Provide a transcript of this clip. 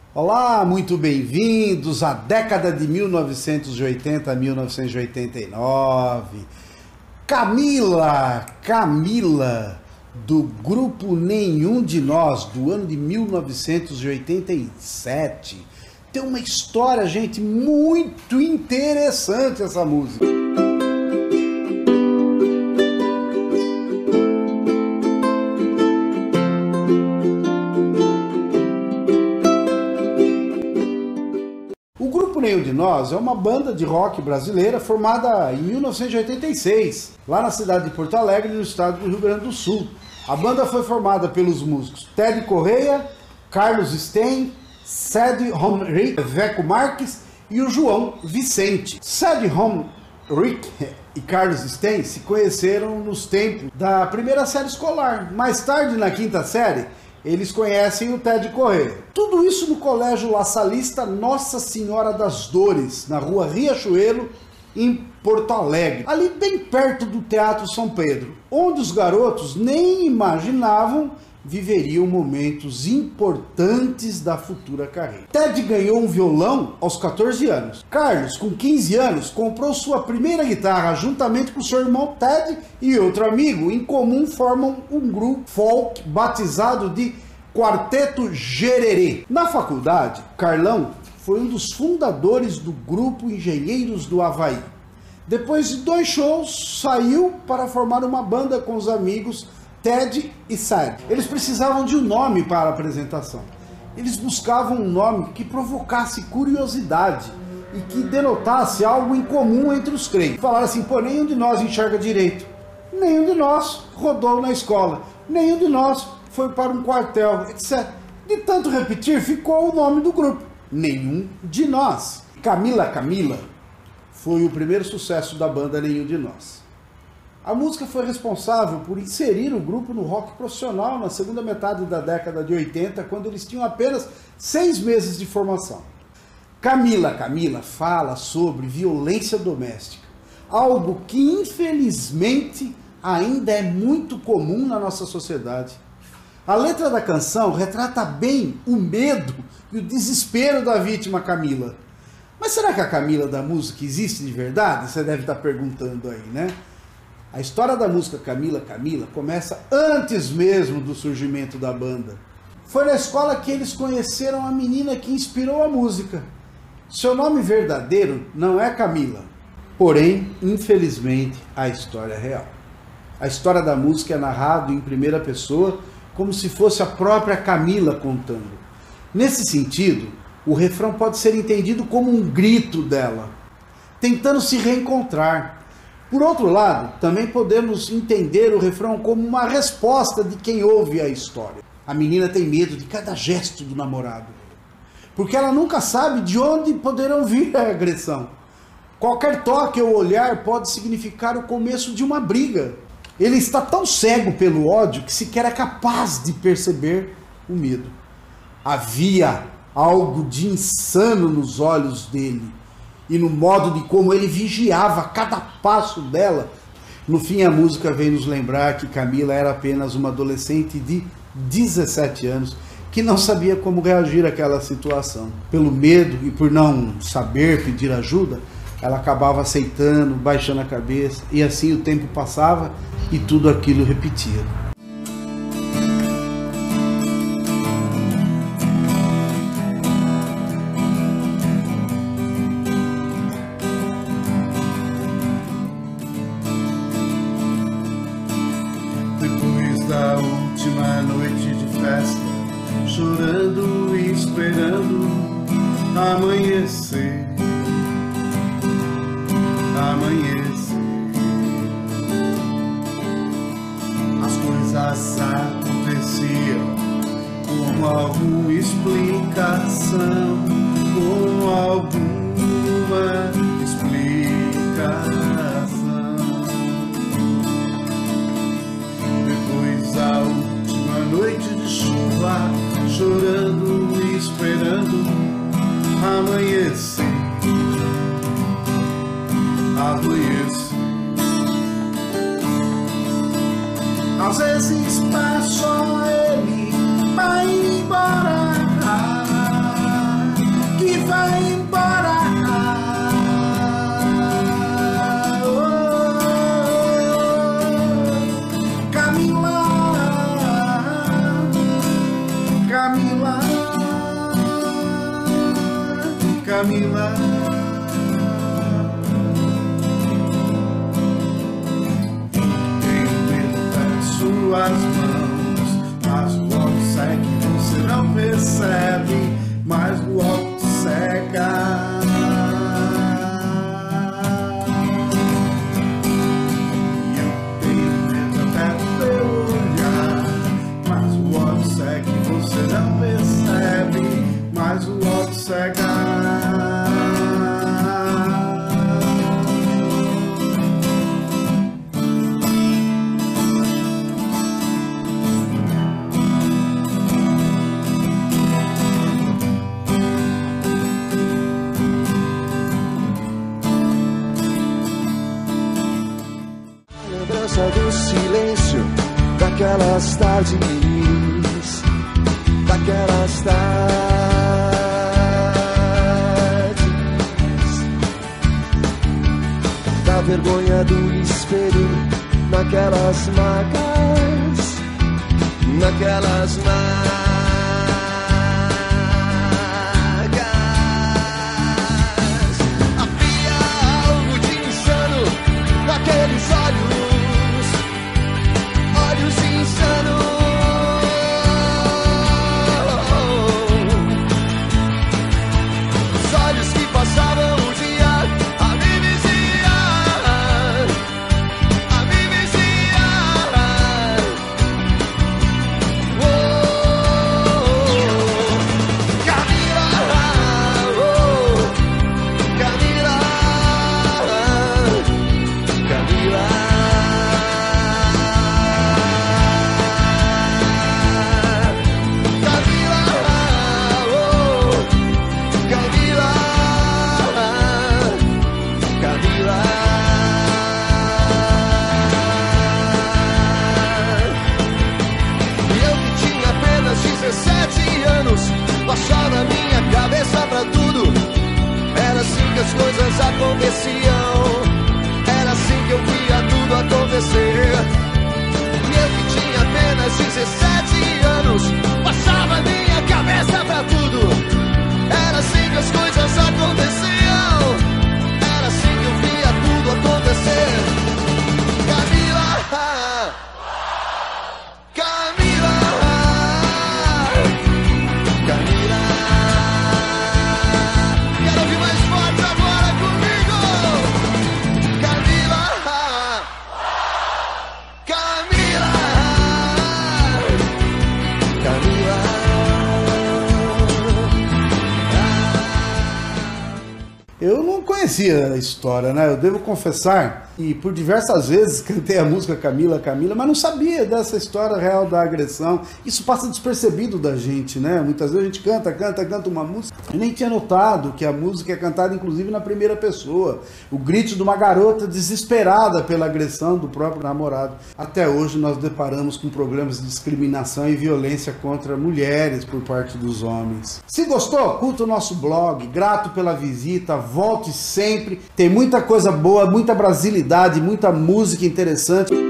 Olá, muito bem-vindos à década de 1980 a 1989. Camila, do grupo Nenhum de Nós, do ano de 1987. Tem uma história, gente, muito interessante essa música. O grupo Nenhum de Nós é uma banda de rock brasileira formada em 1986, lá na cidade de Porto Alegre, no estado do Rio Grande do Sul. A banda foi formada pelos músicos Ted Correia, Carlos Stein, Ced Homrick, Veco Marques e o João Vicente. Ced Homrick e Carlos Stein se conheceram nos tempos da primeira série escolar. Mais tarde, na quinta série, eles conhecem o Ted Correia. Tudo isso no Colégio La Salista Nossa Senhora das Dores, na rua Riachuelo, em Porto Alegre, ali bem perto do Teatro São Pedro, onde os garotos nem imaginavam viveriam momentos importantes da futura carreira. Ted ganhou um violão aos 14 anos. Carlos, com 15 anos, comprou sua primeira guitarra juntamente com seu irmão Ted e outro amigo. Em comum formam um grupo folk batizado de Quarteto Gererê. Na faculdade, Carlão foi um dos fundadores do grupo Engenheiros do Havaí. Depois de 2 shows, saiu para formar uma banda com os amigos Ted e Ced. Eles precisavam de um nome para a apresentação. Eles buscavam um nome que provocasse curiosidade e que denotasse algo em comum entre os três. Falaram assim, pô, nenhum de nós enxerga direito. Nenhum de nós rodou na escola. Nenhum de nós foi para um quartel, etc. De tanto repetir, ficou o nome do grupo. Nenhum de Nós. Camila foi o primeiro sucesso da banda Nenhum de Nós. A música foi responsável por inserir o grupo no rock profissional na segunda metade da década de 80, quando eles tinham apenas 6 meses de formação. Camila fala sobre violência doméstica, algo que infelizmente ainda é muito comum na nossa sociedade. A letra da canção retrata bem o medo e o desespero da vítima Camila. Mas será que a Camila da música existe de verdade? Você deve estar perguntando aí, né? A história da música Camila começa antes mesmo do surgimento da banda. Foi na escola que eles conheceram a menina que inspirou a música. Seu nome verdadeiro não é Camila, porém, infelizmente, a história é real. A história da música é narrada em primeira pessoa, como se fosse a própria Camila contando. Nesse sentido, o refrão pode ser entendido como um grito dela, tentando se reencontrar. Por outro lado, também podemos entender o refrão como uma resposta de quem ouve a história. A menina tem medo de cada gesto do namorado, porque ela nunca sabe de onde poderão vir a agressão. Qualquer toque ou olhar pode significar o começo de uma briga. Ele está tão cego pelo ódio que sequer é capaz de perceber o medo. Havia algo de insano nos olhos dele e no modo de como ele vigiava cada passo dela. No fim, a música vem nos lembrar que Camila era apenas uma adolescente de 17 anos que não sabia como reagir àquela situação. Pelo medo e por não saber pedir ajuda, ela acabava aceitando, baixando a cabeça, e assim o tempo passava e tudo aquilo repetia. Da última noite de festa, chorando e esperando amanhecer, as coisas aconteciam com alguma explicação, com alguma explicação. A última noite de chuva, chorando e esperando amanhecer. Às vezes peço a ele vai embora, Camila, Camila. Tenho medo das suas mãos, mas logo segue, você não percebe, mas logo cega. Não percebe, mas o ódio cega. A lembrança do silêncio daquelas tardes, daquelas tardes, da vergonha do espelho, naquelas marcas, naquelas marcas. Havia algo de insano naqueles olhos, olhos insanos. Passavam o dia a me vigiar, a me vigiar. Oh, Camila, oh, Camila, Camila. Passava na minha cabeça pra tudo. Era assim que as coisas aconteciam. Era assim que eu via tudo acontecer. E eu que tinha apenas 17 anos, passava na minha cabeça pra tudo. Era assim que as coisas aconteciam. Era assim que eu via tudo acontecer. Camila, Camila, Camila, quero ouvir mais forte agora comigo. Camila, Camila, Camila. Eu não conhecia a história, né? Eu devo confessar, e por diversas vezes cantei a música Camila, Camila, mas não sabia dessa história real da agressão. Isso passa despercebido da gente, né? Muitas vezes a gente canta uma música e nem tinha notado que a música é cantada inclusive na primeira pessoa. O grito de uma garota desesperada pela agressão do próprio namorado. Até hoje nós deparamos com programas de discriminação e violência contra mulheres por parte dos homens. Se gostou, curta o nosso blog, grato pela visita, volte sempre. Tem muita coisa boa, muita brasilidade, muita música interessante.